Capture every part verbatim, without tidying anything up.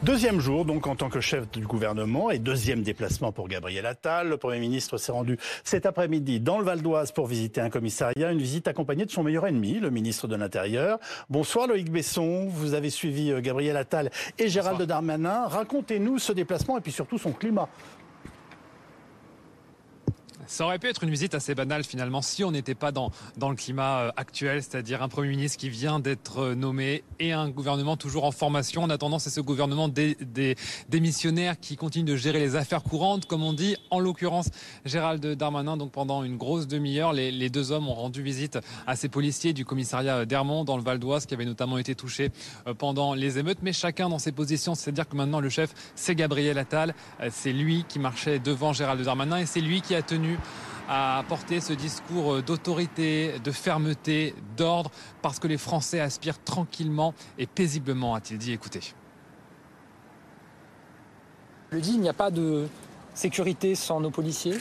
Deuxième jour, donc, en tant que chef du gouvernement et deuxième déplacement pour Gabriel Attal. Le Premier ministre s'est rendu cet après-midi dans le Val d'Oise pour visiter un commissariat, une visite accompagnée de son meilleur ennemi, le ministre de l'Intérieur. Bonsoir Loïc Besson, vous avez suivi Gabriel Attal et Gérald Bonsoir. Darmanin. Racontez-nous ce déplacement et puis surtout son climat. Ça aurait pu être une visite assez banale finalement si on n'était pas dans, dans le climat actuel, c'est-à-dire un Premier ministre qui vient d'être nommé et un gouvernement toujours en formation. En attendant, c'est ce gouvernement des, des démissionnaires qui continue de gérer les affaires courantes, comme on dit. En l'occurrence, Gérald Darmanin, donc pendant une grosse demi-heure, les, les deux hommes ont rendu visite à ces policiers du commissariat d'Ermont dans le Val d'Oise qui avaient notamment été touchés pendant les émeutes, mais chacun dans ses positions, c'est-à-dire que maintenant le chef, c'est Gabriel Attal. C'est lui qui marchait devant Gérald Darmanin et c'est lui qui a tenu à porter ce discours d'autorité, de fermeté, d'ordre, parce que les Français aspirent tranquillement et paisiblement, a-t-il dit. Écoutez. Je le dis, il n'y a pas de sécurité sans nos policiers.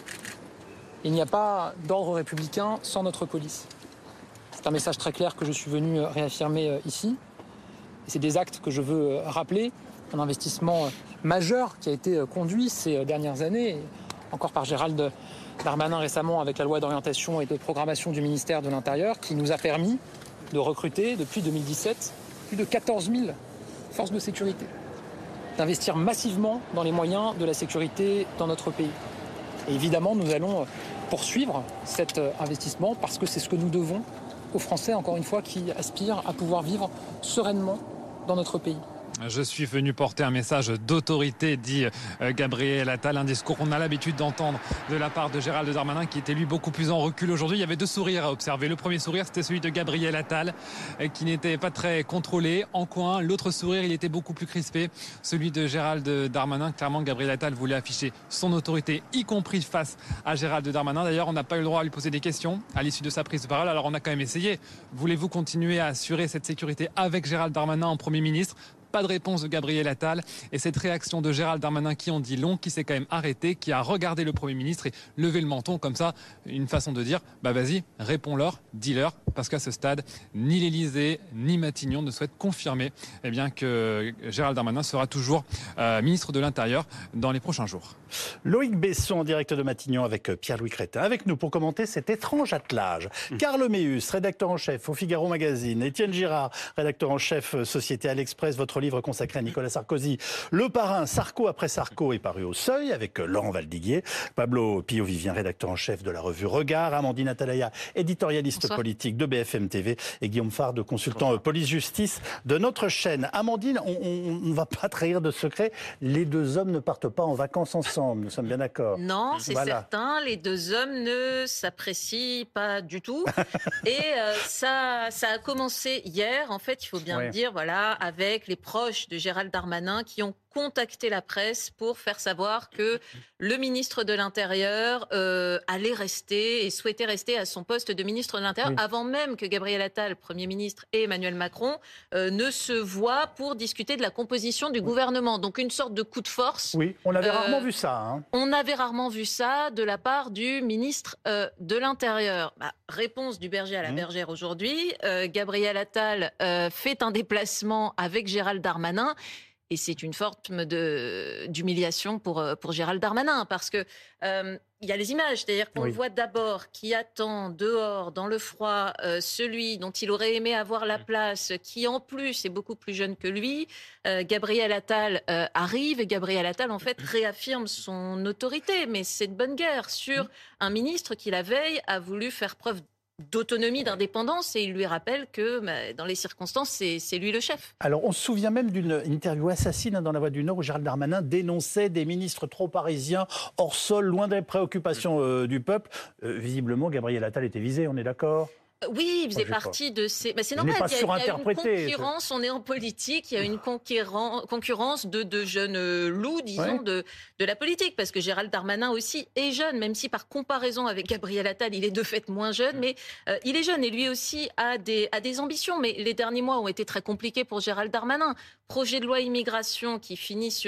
Il n'y a pas d'ordre républicain sans notre police. C'est un message très clair que je suis venu réaffirmer ici. Et c'est des actes que je veux rappeler. Un investissement majeur qui a été conduit ces dernières années, encore par Gérald Darmanin récemment avec la loi d'orientation et de programmation du ministère de l'Intérieur qui nous a permis de recruter depuis deux mille dix-sept plus de quatorze mille forces de sécurité, d'investir massivement dans les moyens de la sécurité dans notre pays. Et évidemment, nous allons poursuivre cet investissement parce que c'est ce que nous devons aux Français, encore une fois, qui aspirent à pouvoir vivre sereinement dans notre pays. Je suis venu porter un message d'autorité, dit Gabriel Attal, un discours qu'on a l'habitude d'entendre de la part de Gérald Darmanin, qui était lui beaucoup plus en recul aujourd'hui. Il y avait deux sourires à observer. Le premier sourire, c'était celui de Gabriel Attal, qui n'était pas très contrôlé, en coin. L'autre sourire, il était beaucoup plus crispé, celui de Gérald Darmanin. Clairement, Gabriel Attal voulait afficher son autorité, y compris face à Gérald Darmanin. D'ailleurs, on n'a pas eu le droit à lui poser des questions à l'issue de sa prise de parole. Alors, on a quand même essayé. Voulez-vous continuer à assurer cette sécurité avec Gérald Darmanin en Premier ministre ? Pas de réponse de Gabriel Attal et cette réaction de Gérald Darmanin qui en dit long, qui s'est quand même arrêté, qui a regardé le Premier ministre et levé le menton comme ça, une façon de dire bah vas-y, réponds-leur, dis-leur, parce qu'à ce stade, ni l'Élysée ni Matignon ne souhaitent confirmer eh bien, que Gérald Darmanin sera toujours euh, ministre de l'Intérieur dans les prochains jours. Loïc Besson en direct de Matignon avec Pierre-Louis Crétin, avec nous pour commenter cet étrange attelage. Mmh. Carl Meus, rédacteur en chef au Figaro Magazine, Étienne Girard, rédacteur en chef Société à l'Express, votre livre consacré à Nicolas Sarkozy. Le parrain, Sarko après Sarko, est paru au Seuil avec Laurent Valdiguier. Pablo Pio-Vivien, rédacteur en chef de la revue Regard. Amandine Atalaya, éditorialiste Bonsoir. politique de B F M T V. Et Guillaume Farde, consultant police-justice de notre chaîne. Amandine, on ne va pas trahir de secret. Les deux hommes ne partent pas en vacances ensemble. Nous sommes bien d'accord. Non, c'est voilà. certain. Les deux hommes ne s'apprécient pas du tout. Et euh, ça, ça a commencé hier. En fait, il faut bien ouais. le dire, voilà, avec les proches de Gérald Darmanin qui ont contacté la presse pour faire savoir que le ministre de l'Intérieur euh, allait rester et souhaitait rester à son poste de ministre de l'Intérieur oui. avant même que Gabriel Attal, Premier ministre, et Emmanuel Macron euh, ne se voient pour discuter de la composition du gouvernement. Donc une sorte de coup de force. Oui, on avait euh, rarement vu ça. Hein. On avait rarement vu ça de la part du ministre euh, de l'Intérieur. Bah, réponse du berger à la mmh. bergère aujourd'hui. Euh, Gabriel Attal euh, fait un déplacement avec Gérald Darmanin. Et c'est une forme de, d'humiliation pour, pour Gérald Darmanin, parce que euh, il y a les images, c'est-à-dire qu'on oui. le voit d'abord qui attend dehors, dans le froid, euh, celui dont il aurait aimé avoir la place, qui en plus est beaucoup plus jeune que lui. Euh, Gabriel Attal euh, arrive et Gabriel Attal, en fait, réaffirme son autorité. Mais c'est de bonne guerre sur un ministre qui, la veille, a voulu faire preuve d'autonomie, d'indépendance, et il lui rappelle que bah, dans les circonstances, c'est, c'est lui le chef. Alors, on se souvient même d'une interview assassine dans La Voix du Nord où Gérald Darmanin dénonçait des ministres trop parisiens, hors sol, loin des préoccupations euh, du peuple. Euh, visiblement, Gabriel Attal était visé, on est d'accord ? Oui, il faisait Moi, partie de ces... Bah, c'est normal, il y, a, il y a une concurrence, on est en politique, il y a une concurrence de, de jeunes loups, disons, ouais. de, de la politique, parce que Gérald Darmanin aussi est jeune, même si par comparaison avec Gabriel Attal, il est de fait moins jeune, mais euh, il est jeune et lui aussi a des, a des ambitions. Mais les derniers mois ont été très compliqués pour Gérald Darmanin. Projet de loi immigration qui finit sur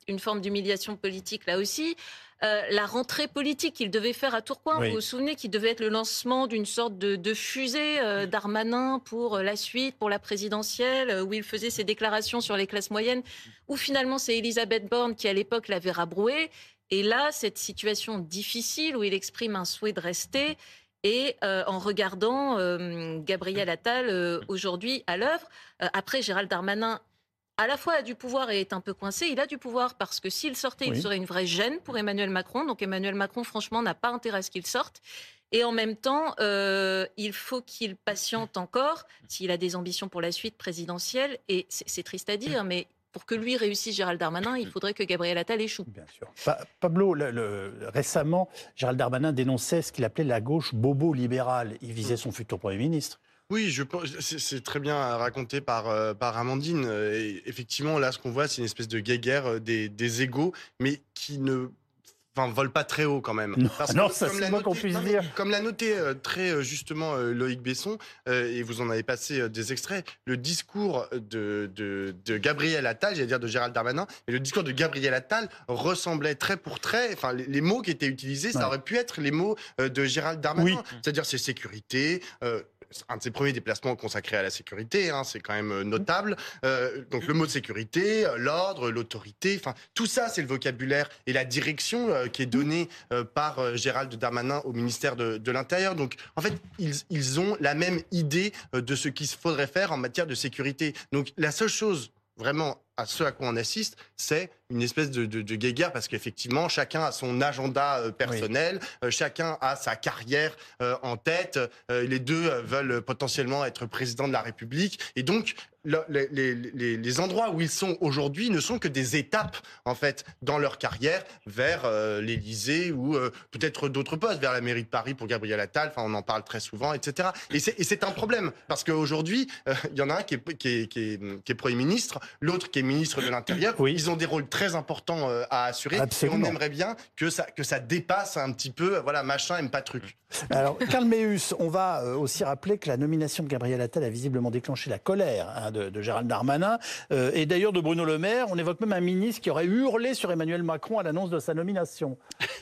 une forme d'humiliation politique là aussi. Euh, la rentrée politique qu'il devait faire à Tourcoing, oui. Vous vous souvenez, qui devait être le lancement d'une sorte de, de fusée euh, Darmanin pour la suite, pour la présidentielle, où il faisait ses déclarations sur les classes moyennes, où finalement c'est Elisabeth Borne qui à l'époque l'avait rabroué. Et là, cette situation difficile où il exprime un souhait de rester, et euh, en regardant euh, Gabriel Attal euh, aujourd'hui à l'œuvre, euh, après Gérald Darmanin, à la fois a du pouvoir et est un peu coincé. Il a du pouvoir parce que s'il sortait, oui. il serait une vraie gêne pour Emmanuel Macron. Donc Emmanuel Macron, franchement, n'a pas intérêt à ce qu'il sorte. Et en même temps, euh, il faut qu'il patiente encore s'il a des ambitions pour la suite présidentielle. Et c'est, c'est triste à dire, mais pour que lui réussisse Gérald Darmanin, il faudrait que Gabriel Attal échoue. Bien sûr. Pa- Pablo, le, le, récemment, Gérald Darmanin dénonçait ce qu'il appelait la gauche bobo-libérale. Il visait son futur Premier ministre. Oui, je pense, c'est, c'est très bien raconté par, euh, par Amandine. Et effectivement, là, ce qu'on voit, c'est une espèce de guéguerre euh, des, des égos, mais qui ne enfin, volent pas très haut quand même. Non, Parce non que, ça comme c'est l'a moi noté, qu'on puisse non, dire. Comme l'a noté euh, très justement euh, Loïc Besson, euh, et vous en avez passé euh, des extraits, le discours de, de, de Gabriel Attal, j'allais dire de Gérald Darmanin, mais le discours de Gabriel Attal ressemblait trait pour trait, enfin les, les mots qui étaient utilisés, ça ouais. aurait pu être les mots euh, de Gérald Darmanin. Oui. C'est-à-dire c'est sécurité, euh, un de ses premiers déplacements consacrés à la sécurité, hein, c'est quand même notable. Euh, donc le mot de sécurité, l'ordre, l'autorité, enfin tout ça, c'est le vocabulaire et la direction euh, qui est donnée euh, par euh, Gérald Darmanin au ministère de, de l'Intérieur. Donc en fait, ils, ils ont la même idée euh, de ce qu'il faudrait faire en matière de sécurité. Donc la seule chose vraiment à ce à quoi on assiste, c'est une espèce de, de, de guéguerre parce qu'effectivement, chacun a son agenda euh, personnel, oui. euh, chacun a sa carrière euh, en tête, euh, les deux euh, veulent potentiellement être président de la République, et donc le, les, les, les endroits où ils sont aujourd'hui ne sont que des étapes, en fait, dans leur carrière vers euh, l'Élysée ou euh, peut-être d'autres postes, vers la mairie de Paris pour Gabriel Attal, enfin on en parle très souvent, et cetera. Et c'est, et c'est un problème, parce qu'aujourd'hui, il euh, y en a un qui est, qui est, qui est, qui est Premier ministre, l'autre qui est ministre de l'Intérieur, oui. Ils ont des rôles très importants euh, à assurer. Absolument. Et on aimerait bien que ça, que ça dépasse un petit peu, voilà, machin aime pas truc. Alors, Karl Meeus, on va euh, aussi rappeler que la nomination de Gabriel Attal a visiblement déclenché la colère hein, de, de Gérald Darmanin, euh, et d'ailleurs de Bruno Le Maire. On évoque même un ministre qui aurait hurlé sur Emmanuel Macron à l'annonce de sa nomination.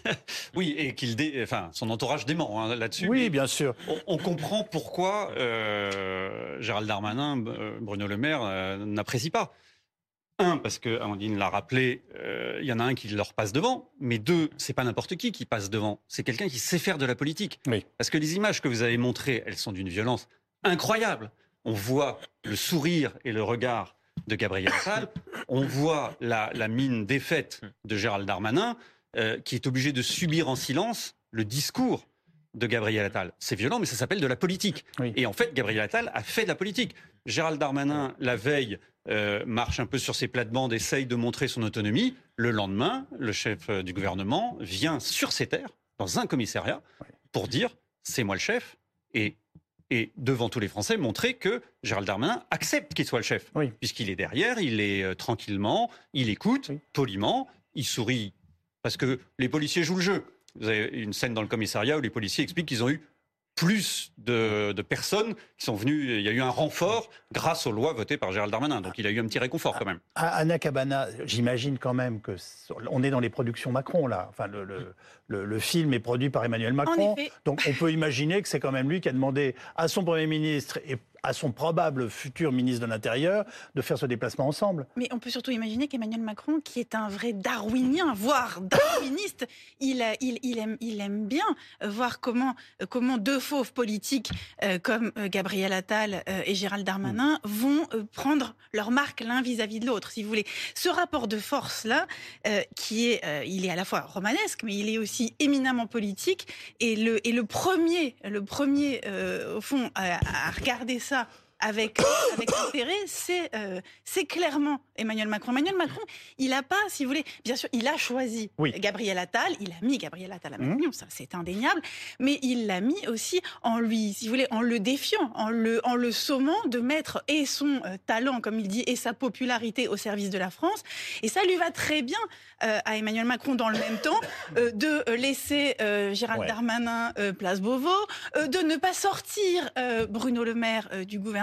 Oui, et qu'il dé... enfin, son entourage dément hein, là-dessus. Oui, bien sûr. On, on comprend pourquoi euh, Gérald Darmanin, euh, Bruno Le Maire, euh, n'apprécie pas. Un, parce que Amandine l'a rappelé, il euh, y en a un qui leur passe devant, mais deux, c'est pas n'importe qui qui passe devant, c'est quelqu'un qui sait faire de la politique. Oui. Parce que les images que vous avez montrées, elles sont d'une violence incroyable. On voit le sourire et le regard de Gabriel Attal, on voit la, la mine défaite de Gérald Darmanin, euh, qui est obligé de subir en silence le discours de Gabriel Attal. C'est violent, mais ça s'appelle de la politique. Oui. Et en fait, Gabriel Attal a fait de la politique. Gérald Darmanin, la veille, euh, marche un peu sur ses plates-bandes, essaye de montrer son autonomie. Le lendemain, le chef du gouvernement vient sur ses terres, dans un commissariat, pour dire « c'est moi le chef ». Et, et devant tous les Français, montrer que Gérald Darmanin accepte qu'il soit le chef. Oui. Puisqu'il est derrière, il est euh, tranquillement, il écoute, oui. poliment, il sourit. Parce que les policiers jouent le jeu. Vous avez une scène dans le commissariat où les policiers expliquent qu'ils ont eu plus de, de personnes qui sont venues. Il y a eu un renfort grâce aux lois votées par Gérald Darmanin. Donc il a eu un petit réconfort quand même. Anna Cabana, j'imagine quand même que on est dans les productions Macron là. Enfin le, le, le, le film est produit par Emmanuel Macron. Donc on peut imaginer que c'est quand même lui qui a demandé à son Premier ministre et à son probable futur ministre de l'Intérieur de faire ce déplacement ensemble. Mais on peut surtout imaginer qu'Emmanuel Macron, qui est un vrai darwinien, voire darwiniste, il, il, il, aime, il aime bien voir comment, comment deux fauves politiques euh, comme euh, Gabriel Attal euh, et Gérald Darmanin mmh. vont euh, prendre leur marque l'un vis-à-vis de l'autre, si vous voulez. Ce rapport de force-là, euh, qui est, euh, il est à la fois romanesque, mais il est aussi éminemment politique, et le, et le premier, le premier euh, au fond, à, à regarder ça avec, avec intérêt, c'est, euh, c'est clairement Emmanuel Macron. Emmanuel Macron, il n'a pas, si vous voulez, bien sûr, il a choisi oui. Gabriel Attal, il a mis Gabriel Attal à Matignon, mmh. ça c'est indéniable, mais il l'a mis aussi en lui, si vous voulez, en le défiant, en le, en le sommant de mettre et son euh, talent, comme il dit, et sa popularité au service de la France. Et ça lui va très bien euh, à Emmanuel Macron dans le même temps, euh, de laisser euh, Gérald ouais. Darmanin euh, place Beauvau, euh, de ne pas sortir euh, Bruno Le Maire euh, du gouvernement,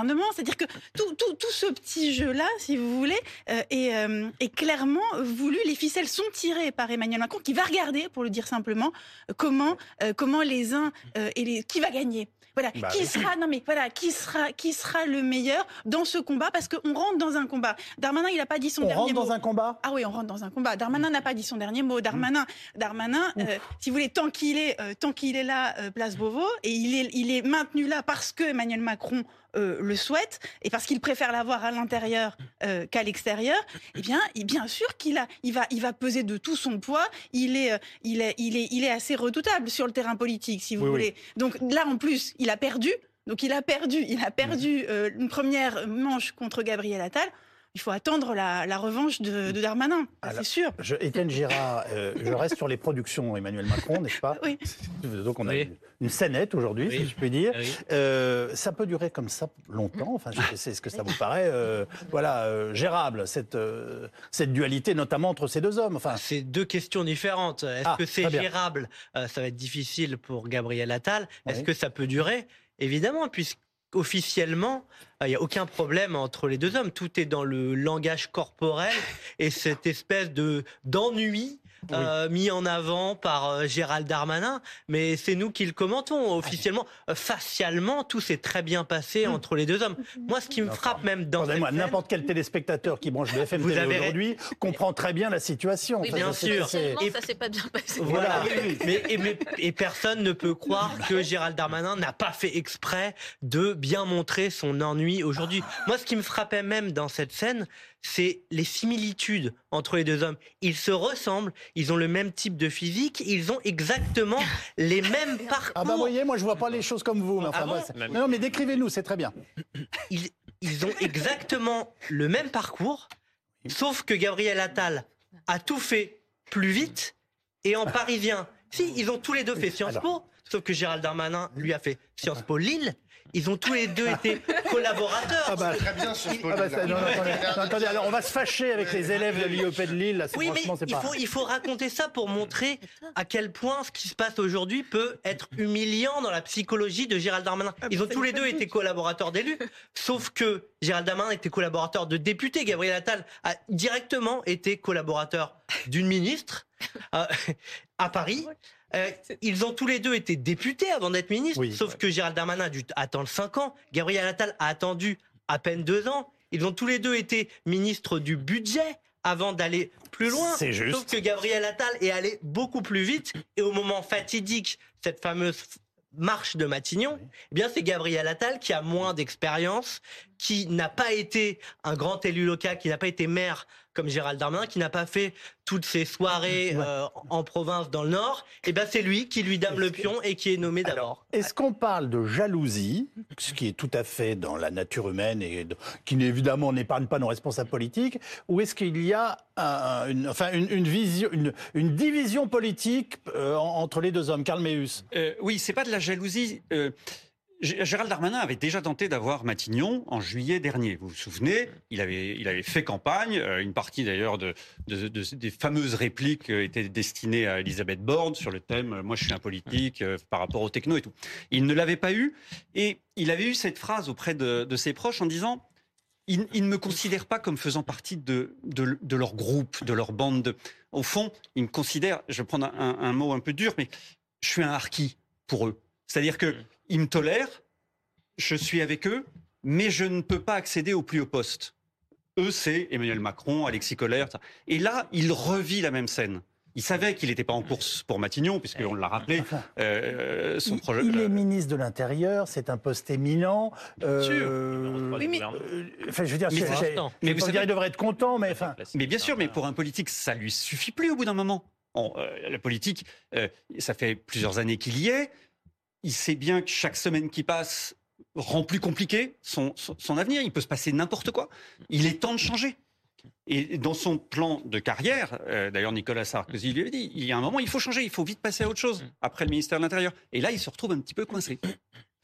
gouvernement. C'est-à-dire que tout, tout, tout ce petit jeu-là, si vous voulez, euh, est, euh, est clairement voulu. Les ficelles sont tirées par Emmanuel Macron, qui va regarder, pour le dire simplement, comment, euh, comment les uns euh, et les... qui va gagner. Voilà, bah, qui sera non mais voilà, qui sera qui sera le meilleur dans ce combat, parce qu'on rentre dans un combat. Darmanin, il n'a pas dit son on dernier rentre mot. dans un combat. Ah oui, on rentre dans un combat. Darmanin n'a pas dit son dernier mot. Darmanin, Darmanin, euh, si vous voulez, tant qu'il est euh, tant qu'il est là, euh, place Beauvau, et il est il est maintenu là parce que Emmanuel Macron Euh, le souhaite, et parce qu'il préfère l'avoir à l'intérieur euh, qu'à l'extérieur, eh bien, et bien sûr qu'il a, il va, il va peser de tout son poids. Il est, euh, il est, il est, il est assez redoutable sur le terrain politique, si vous Oui, voulez. oui. Donc là, en plus, il a perdu. Donc il a perdu, il a perdu euh, une première manche contre Gabriel Attal. Il faut attendre la, la revanche de, de Darmanin, Alors, c'est sûr. Je, Étienne Girard, euh, je reste sur les productions Emmanuel Macron, n'est-ce pas? Oui. Donc on a Oui. une, une scénette aujourd'hui, Oui. si je puis dire. Oui. Euh, ça peut durer comme ça longtemps. Enfin, je sais ce que ça vous paraît, euh, voilà, euh, gérable cette euh, cette dualité, notamment entre ces deux hommes. Enfin, C'est deux questions différentes. Est-ce Ah, que c'est très bien. gérable? Euh, Ça va être difficile pour Gabriel Attal. Est-ce Oui. que ça peut durer? Évidemment, puisqu'officiellement, il n'y a aucun problème entre les deux hommes. Tout est dans le langage corporel et cette espèce de d'ennui euh, mis en avant par euh, Gérald Darmanin. Mais c'est nous qui le commentons. Officiellement, euh, facialement, tout s'est très bien passé entre les deux hommes. Moi, ce qui me D'accord. frappe même dans cette pardonnez-moi, scène- n'importe quel téléspectateur qui branche B F M Vous T V avez- aujourd'hui comprend très bien la situation. Oui, Enfin, bien je sais que sûr. c'est- Officiellement, ça s'est pas bien passé. Voilà. Voilà. Mais, et, mais- et personne ne peut croire que Gérald Darmanin n'a pas fait exprès de bien montrer son ennui aujourd'hui. Moi, ce qui me frappait même dans cette scène, c'est les similitudes entre les deux hommes. Ils se ressemblent, ils ont le même type de physique, ils ont exactement les mêmes parcours. Ah bah vous voyez, moi je vois pas les choses comme vous. Mais enfin, Ah bon moi, c'est- non, non, mais décrivez-nous, c'est très bien. Ils, ils ont exactement le même parcours, sauf que Gabriel Attal a tout fait plus vite et en parisien. Si, ils ont tous les deux fait Sciences Po, sauf que Gérald Darmanin lui a fait Sciences Po Lille. Ils ont tous les deux été collaborateurs. Ah bah, Très bien sur ce ah bah, ça- non, non, attendez, non, attendez, alors on va se fâcher avec les élèves de l'I O P de Lille. Là, c'est- Oui, mais franchement, c'est il pas. faut, il faut raconter ça pour montrer à quel point ce qui se passe aujourd'hui peut être humiliant dans la psychologie de Gérald Darmanin. Ils ont tous les deux été collaborateurs d'élus, sauf que Gérald Darmanin était collaborateur de député. Gabriel Attal a directement été collaborateur d'une ministre euh, à Paris. Euh, ils ont tous les deux été députés avant d'être ministres, Oui. sauf que Gérald Darmanin a dû attendre cinq ans. Gabriel Attal a attendu à peine deux ans. Ils ont tous les deux été ministres du budget avant d'aller plus loin. C'est juste. Sauf que Gabriel Attal est allé beaucoup plus vite. Et au moment fatidique, cette fameuse f- marche de Matignon, eh bien c'est Gabriel Attal qui a moins d'expérience, qui n'a pas été un grand élu local, qui n'a pas été maire comme Gérald Darmanin, qui n'a pas fait toutes ces soirées euh, en province dans le Nord. Et bien c'est lui qui lui dame le pion et qui est nommé d'abord. Est-ce qu'on parle de jalousie, ce qui est tout à fait dans la nature humaine et de- qui évidemment n'épargne pas nos responsables politiques, ou est-ce qu'il y a un- une, enfin, une, une vision, une, une division politique euh, en- entre les deux hommes? Karl Meus. Euh, oui, c'est pas de la jalousie. Euh, G- Gérald Darmanin avait déjà tenté d'avoir Matignon en juillet dernier. Vous vous souvenez, il avait, il avait fait campagne. euh, une partie d'ailleurs de, de- de- des fameuses répliques euh, étaient destinées à Elisabeth Borne sur le thème euh, « Moi, je suis un politique euh, par rapport au techno et tout ». Il ne l'avait pas eu. Et il avait eu cette phrase auprès de, de ses proches en disant « Ils ils ne me considèrent pas comme faisant partie de, de, de leur groupe, de leur bande. De... » Au fond, ils me considèrent, je vais prendre un, un mot un peu dur, mais je suis un harki pour eux. C'est-à-dire que ils me tolèrent, je suis avec eux, mais je ne peux pas accéder au plus haut poste. Eux, c'est Emmanuel Macron, Alexis Kohler. ça. Et là, il revit la même scène. Il savait qu'il n'était pas en course pour Matignon, puisqu'on l'a rappelé, euh, son Il, projet. il est ministre de l'Intérieur, c'est un poste éminent. euh, Oui, mais- euh, enfin, je veux dire, Mais j'ai- pour j'ai- l'instant. je Mais vais vous pas savez- dire, il devrait être content, mais enfin. Mais bien sûr, mais pour un politique, ça lui suffit plus au bout d'un moment. On, euh, la politique, euh, ça fait plusieurs années qu'il y est. Il sait bien que chaque semaine qui passe rend plus compliqué son, son, son avenir. Il peut se passer n'importe quoi. Il est temps de changer. Et dans son plan de carrière, euh, d'ailleurs Nicolas Sarkozy lui avait dit, il y a un moment, il faut changer, il faut vite passer à autre chose après le ministère de l'Intérieur. Et là, il se retrouve un petit peu coincé.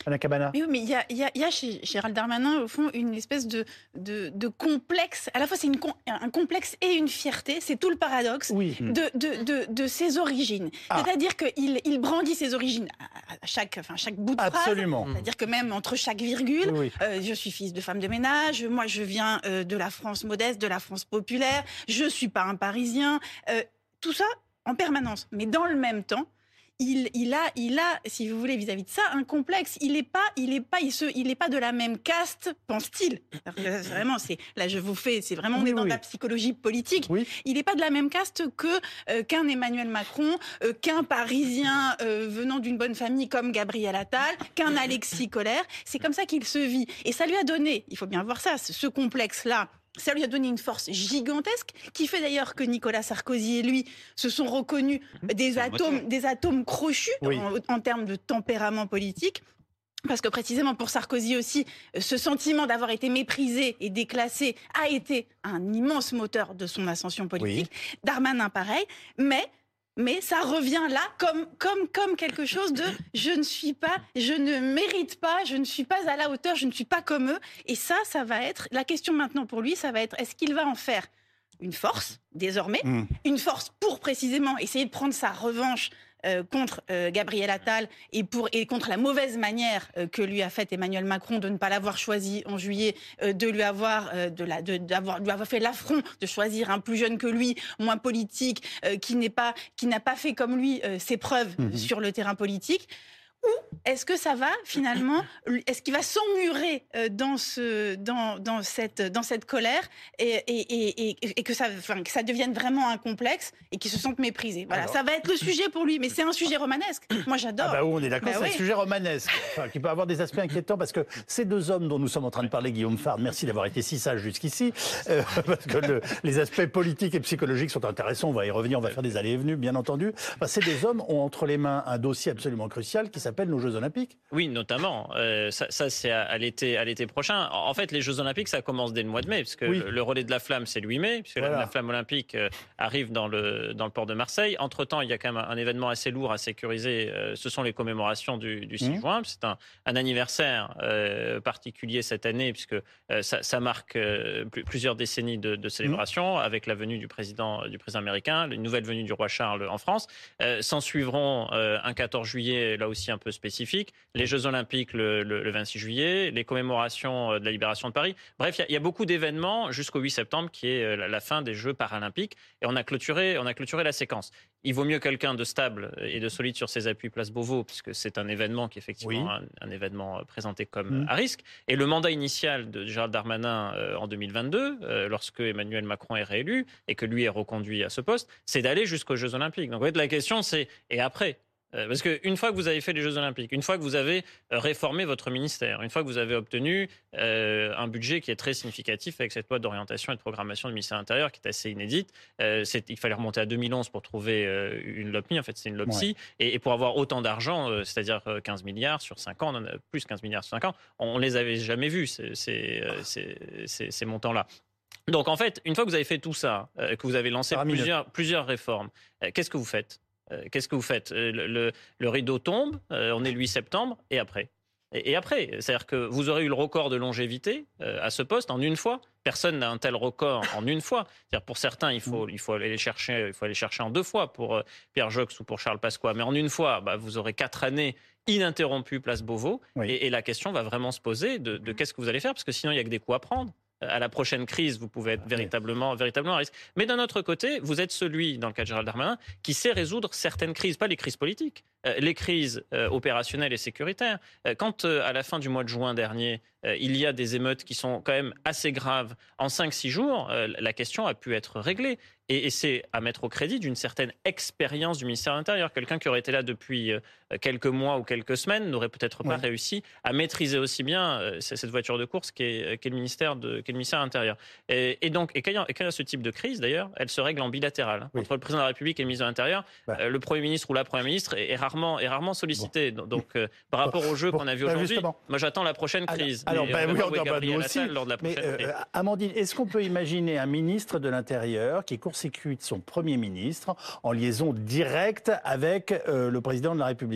Anna Cabana. Mais oui, mais il y a, y a- y a chez Gérald Darmanin, au fond, une espèce de, de, de complexe. À la fois, c'est une, un complexe et une fierté. C'est tout le paradoxe Oui. de, de, de, de ses origines. Ah. C'est-à-dire qu'il il brandit ses origines à, à chaque, enfin, chaque bout de phrase. Absolument. C'est-à-dire que même entre chaque virgule, Oui. euh, je suis fils de femme de ménage, moi je viens euh, de la France modeste, de la France populaire, je suis pas un Parisien. Euh, tout ça en permanence. Mais dans le même temps, Il, il, a, il a, si vous voulez, vis-à-vis de ça, un complexe. Il n'est pas, il est pas, il se, il est pas de la même caste, pense-t-il. C'est vraiment, c'est, là, je vous fais, c'est vraiment, on Oui, est dans oui. de la psychologie politique. Oui. Il n'est pas de la même caste que euh, qu'un Emmanuel Macron, euh, qu'un Parisien euh, venant d'une bonne famille comme Gabriel Attal, qu'un Alexis Kohler. C'est comme ça qu'il se vit. Et ça lui a donné, il faut bien voir ça, ce, ce complexe-là. Ça lui a donné une force gigantesque, qui fait d'ailleurs que Nicolas Sarkozy et lui se sont reconnus des atomes, des atomes crochus Oui. en, en termes de tempérament politique. Parce que précisément pour Sarkozy aussi, ce sentiment d'avoir été méprisé et déclassé a été un immense moteur de son ascension politique. Oui. Darmanin, pareil. Mais... Mais ça revient là comme, comme, comme quelque chose de je ne suis pas, je ne mérite pas, je ne suis pas à la hauteur, je ne suis pas comme eux. Et ça, ça va être, la question maintenant pour lui, ça va être est-ce qu'il va en faire une force, désormais, Mm. une force pour précisément essayer de prendre sa revanche euh, contre euh, Gabriel Attal et, pour, et contre la mauvaise manière euh, que lui a faite Emmanuel Macron de ne pas l'avoir choisi en juillet, euh, de lui avoir, euh, de la, de, d'avoir, lui avoir fait l'affront de choisir un plus jeune que lui, moins politique, euh, qui n'est pas, qui n'a pas fait comme lui euh, ses preuves Mhm. euh, sur le terrain politique. Ou est-ce que ça va finalement, est-ce qu'il va s'emmurer euh, dans, ce, dans, dans, cette, dans cette colère et, et, et, et, et que, ça, enfin, que ça devienne vraiment un complexe et qu'il se sente méprisé. Voilà, Alors. ça va être le sujet pour lui, mais c'est un sujet romanesque. Moi j'adore. Ah bah oui, on est d'accord, Bah c'est oui. un sujet romanesque, enfin, qui peut avoir des aspects inquiétants, parce que ces deux hommes dont nous sommes en train de parler, Guillaume Fard, merci d'avoir été si sage jusqu'ici, euh, parce que le- les aspects politiques et psychologiques sont intéressants, on va y revenir, on va faire des allées et venues, bien entendu. Enfin, ces deux hommes ont entre les mains un dossier absolument crucial qui s'appelle nos Jeux Olympiques. Oui, notamment. Euh, ça, ça c'est à, à l'été, à l'été prochain. En fait, les Jeux Olympiques, ça commence dès le mois de mai, puisque Oui. le, le relais de la flamme, c'est le huit mai, puisque la- Voilà. la, flamme olympique euh, arrive dans le, dans le port de Marseille. Entre-temps, il y a quand même un, un événement assez lourd à sécuriser. Euh, ce sont les commémorations du, du six Mmh. juin. C'est un, un anniversaire euh, particulier cette année, puisque euh, ça, ça marque euh, pl- plusieurs décennies de, de célébration, avec la venue du président, du président américain, une nouvelle venue du roi Charles en France. Euh, S'en suivront euh, un quatorze juillet, là aussi un peu spécifique, les Jeux Olympiques le, le, le vingt-six juillet, les commémorations de la libération de Paris. Bref, il y a- il y, a beaucoup d'événements jusqu'au huit septembre, qui est euh, la, la fin des Jeux paralympiques. Et on a clôturé, on a clôturé la séquence. Il vaut mieux quelqu'un de stable et de solide sur ses appuis place Beauvau, puisque c'est un événement qui est effectivement Oui. un, un événement présenté comme Mm. à risque. Et le mandat initial de Gérald Darmanin euh, en deux mille vingt-deux, euh, lorsque Emmanuel Macron est réélu et que lui est reconduit à ce poste, c'est d'aller jusqu'aux Jeux Olympiques. Donc en fait, la question c'est et après Euh, Parce qu'une fois que vous avez fait les Jeux Olympiques, une fois que vous avez euh, réformé votre ministère, une fois que vous avez obtenu euh, un budget qui est très significatif avec cette loi d'orientation et de programmation du ministère de l'Intérieur qui est assez inédite, euh, c'est- il fallait remonter à deux mille onze pour trouver euh, une LOPMI, en fait c'est une LOPSI, et, et pour avoir autant d'argent, euh, c'est-à-dire euh, quinze milliards sur cinq ans, on en a plus quinze milliards sur cinq ans, on ne les avait jamais vus, ces, ces, euh, ces, ces- ces montants-là. Donc en fait, une fois que vous avez fait tout ça, euh, que vous avez lancé Faramineux. plusieurs, plusieurs réformes, euh, qu'est-ce que vous faites Euh, Qu'est-ce que vous faites Euh, le, le- le rideau tombe, euh, on est le huit septembre, et après et, et après, c'est-à-dire que vous aurez eu le record de longévité euh, à ce poste en une fois. Personne n'a un tel record en une fois. C'est-à-dire pour certains, il faut, il faut aller les chercher, il faut aller chercher en deux fois pour euh, Pierre Jox ou pour Charles Pasqua. Mais en une fois, bah, vous aurez quatre années ininterrompues place Beauvau. Oui. Et, et la question va vraiment se poser de, de qu'est-ce que vous allez faire, parce que sinon il y a que des coups à prendre. À la prochaine crise, vous pouvez être véritablement, véritablement à risque. Mais d'un autre côté, vous êtes celui, dans le cas de Gérald Darmanin, qui sait résoudre certaines crises, pas les crises politiques, euh, les crises euh, opérationnelles et sécuritaires. Euh, quand, euh, à la fin du mois de juin dernier, euh, il y a des émeutes qui sont quand même assez graves en cinq six jours, euh, la question a pu être réglée. Et, et c'est à mettre au crédit d'une certaine expérience du ministère de l'Intérieur. Quelqu'un qui aurait été là depuis euh, quelques mois ou quelques semaines n'aurait peut-être pas Ouais. réussi à maîtriser aussi bien euh, cette voiture de course qu'est, qu'est le ministère de, qu'est le ministère de l'Intérieur. Et, et donc, et quand, il y a, et quand il y a ce type de crise, d'ailleurs, elle se règle en bilatéral. hein. Oui. Entre le président de la République et le ministre de l'Intérieur, Ouais. euh, le Premier ministre ou la Première ministre est, est rarement, est rarement sollicité. Donc, donc, euh, par rapport au jeu Bon, qu'on a vu bah, aujourd'hui, justement. moi j'attends la prochaine Alors- crise. alors, Et bah on oui, verra on où est doit- bah, Gabriel nous aussi. Attal lors de la Mais prochaine euh, crise. Amandine, est-ce qu'on peut imaginer un ministre de l'Intérieur qui court-circuite son Premier ministre en liaison directe avec euh, le président de la République ?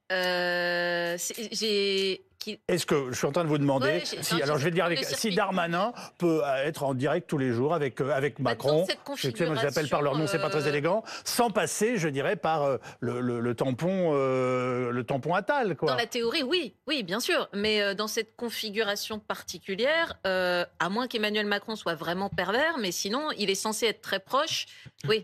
Euh, c'est- j'ai... qui- Est-ce que je suis en train de vous demander Ouais, j'ai- si non, alors j'ai- je vais dire avec- le si circuit. Darmanin peut euh, être en direct tous les jours avec euh, avec Bah, Macron, dans cette je sais que moi, je l'appelle par leur nom, c'est pas très configuration, élégant, sans passer, je dirais, par euh, le, le- le tampon euh, le tampon Attal, quoi. Dans la théorie, oui, oui, bien sûr. Mais euh, dans cette configuration particulière, euh, à moins qu'Emmanuel Macron soit vraiment pervers, mais sinon, il est censé être très proche, oui,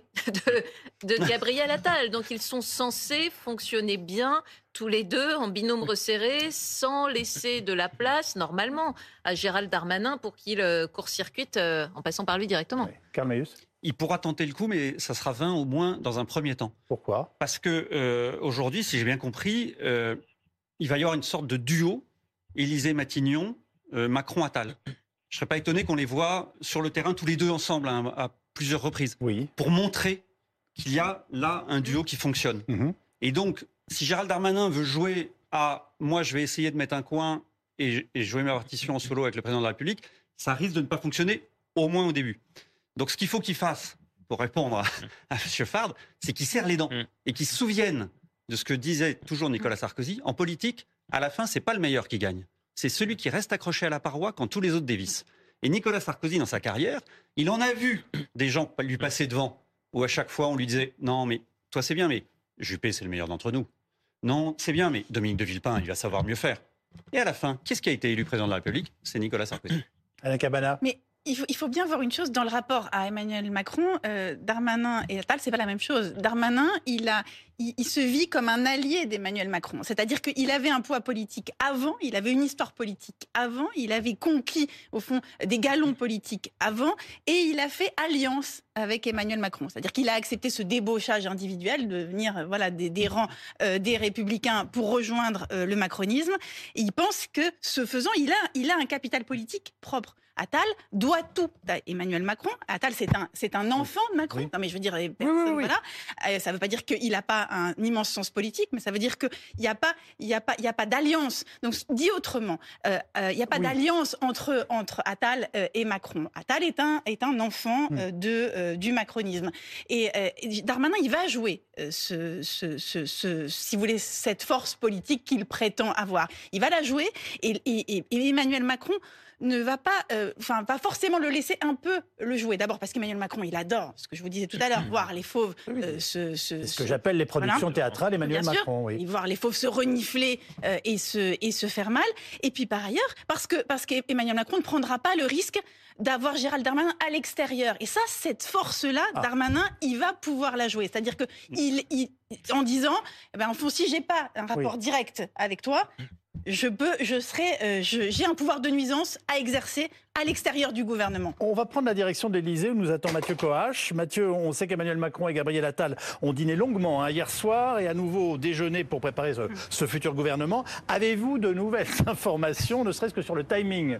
de, de Gabriel Attal. Donc, ils sont censés fonctionner bien tous les deux en binôme resserré, sans laisser de la place, normalement, à Gérald Darmanin pour qu'il euh, court-circuite euh, en passant par lui directement. Oui. Karl Mayus, Il pourra tenter le coup, mais ça sera vain au moins dans un premier temps. pourquoi? Parce que euh, aujourd'hui, si j'ai bien compris, euh, il va y avoir une sorte de duo Élysée-Matignon, euh, Macron-Attal. Je ne serais pas étonné qu'on les voit sur le terrain tous les deux ensemble hein, à plusieurs reprises Oui. pour montrer qu'il y a là un duo qui fonctionne. Mhm. Et donc, si Gérald Darmanin veut jouer à moi, je vais essayer de mettre un coin et, et jouer ma partition en solo avec le président de la République, ça risque de ne pas fonctionner, au moins au début. Donc, ce qu'il faut qu'il fasse, pour répondre à, à M. Fard, c'est qu'il serre les dents Mm. et qu'il se souvienne de ce que disait toujours Nicolas Sarkozy. En politique, à la fin, c'est pas le meilleur qui gagne. C'est celui qui reste accroché à la paroi quand tous les autres dévissent. Et Nicolas Sarkozy, dans sa carrière, il en a vu des gens lui passer devant, où à chaque fois on lui disait « Non, mais toi c'est bien, mais Juppé c'est le meilleur d'entre nous. Non, c'est bien, mais Dominique de Villepin, il va savoir mieux faire. » Et à la fin, qu'est-ce qui a été élu président de la République? C'est Nicolas Sarkozy. Alain Cabana. Mais il faut, il faut bien voir une chose dans le rapport à Emmanuel Macron, euh, Darmanin et Attal, c'est pas la même chose. Darmanin, il a, il, il se vit comme un allié d'Emmanuel Macron. C'est-à-dire qu'il avait un poids politique avant, il avait une histoire politique avant, il avait conquis au fond des galons politiques avant, et il a fait alliance avec Emmanuel Macron. C'est-à-dire qu'il a accepté ce débauchage individuel de venir, euh, voilà, des, des rangs euh, des Républicains pour rejoindre euh, le macronisme. Et il pense que ce faisant, il a, il a un capital politique propre. Attal doit tout à Emmanuel Macron. Attal, c'est un, c'est un enfant de Macron. Oui. Non, mais je veux dire, les personnes, oui, oui. voilà. Euh, ça ne veut pas dire qu'il n'a pas un immense sens politique, mais ça veut dire qu'il n'y a pas, il y a pas, il y a pas d'alliance. Donc, dit autrement, euh, euh, il n'y a pas Oui. d'alliance entre entre Attal euh, et Macron. Attal est un est un enfant euh, de euh, du macronisme. Et euh, Darmanin, il va jouer euh, ce, ce, ce, ce, si vous voulez, cette force politique qu'il prétend avoir. Il va la jouer, et, et, et, et Emmanuel Macron ne va pas, euh, enfin, pas forcément le laisser un peu le jouer. D'abord parce qu'Emmanuel Macron, il adore ce que je vous disais tout à l'heure, voir les fauves Oui, euh, se, se, C'est ce se- que j'appelle les productions Voilà. théâtrales Emmanuel Bien sûr. Macron, oui. et voir les fauves se renifler euh, et se et se faire mal. Et puis par ailleurs, parce que parce qu'Emmanuel Macron ne prendra pas le risque d'avoir Gérald Darmanin à l'extérieur. Et ça, cette force-là, Ah. Darmanin, il va pouvoir la jouer. C'est-à-dire que il, il- en disant, eh ben, en fond, si j'ai pas un rapport Oui. direct avec toi, je peux, je serai, euh, je- j'ai un pouvoir de nuisance à exercer à l'extérieur du gouvernement. On va prendre la direction de l'Élysée où nous attend Mathieu Coache. Mathieu, on sait qu'Emmanuel Macron et Gabriel Attal ont dîné longuement hein, hier soir et à nouveau au déjeuner pour préparer ce, ce futur gouvernement. Avez-vous de nouvelles informations, ne serait-ce que sur le timing?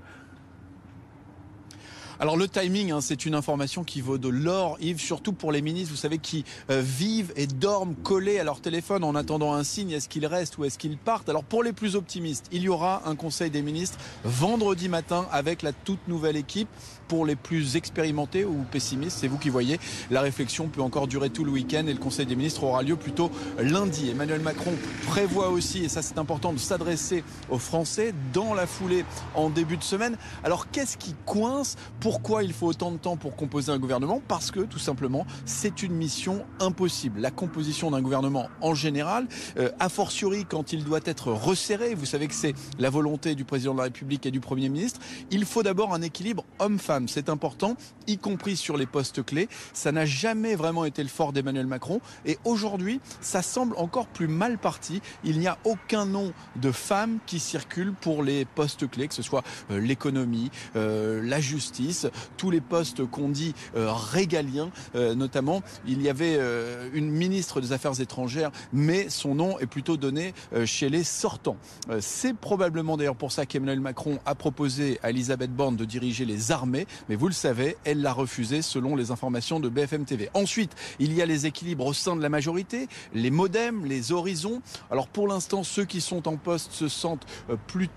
Alors le timing, hein, c'est une information qui vaut de l'or, Yves, surtout pour les ministres, vous savez, qui euh, vivent et dorment collés à leur téléphone en attendant un signe. Est-ce qu'ils restent ou est-ce qu'ils partent? Alors pour les plus optimistes, il y aura un conseil des ministres vendredi matin avec la toute nouvelle équipe. Pour les plus expérimentés ou pessimistes, c'est vous qui voyez. La réflexion peut encore durer tout le week-end et le conseil des ministres aura lieu plutôt lundi. Emmanuel Macron prévoit aussi, et ça c'est important, de s'adresser aux Français dans la foulée en début de semaine. Alors qu'est-ce qui coince? Pourquoi il faut autant de temps pour composer un gouvernement? Parce que tout simplement, c'est une mission impossible. La composition d'un gouvernement en général, euh, a fortiori quand il doit être resserré, vous savez que c'est la volonté du président de la République et du Premier ministre, il faut d'abord un équilibre homme-femme. C'est important, y compris sur les postes clés. Ça n'a jamais vraiment été le fort d'Emmanuel Macron. Et aujourd'hui, ça semble encore plus mal parti. Il n'y a aucun nom de femme qui circule pour les postes clés, que ce soit euh, l'économie, euh, la justice, tous les postes qu'on dit euh, régaliens. Euh, notamment, il y avait euh, une ministre des Affaires étrangères, mais son nom est plutôt donné euh, chez les sortants. Euh, c'est probablement d'ailleurs pour ça qu'Emmanuel Macron a proposé à Elisabeth Borne de diriger les armées. Mais vous le savez, elle l'a refusé selon les informations de B F M T V. Ensuite, il y a les équilibres au sein de la majorité, les modems, les horizons. Alors pour l'instant, ceux qui sont en poste se sentent plutôt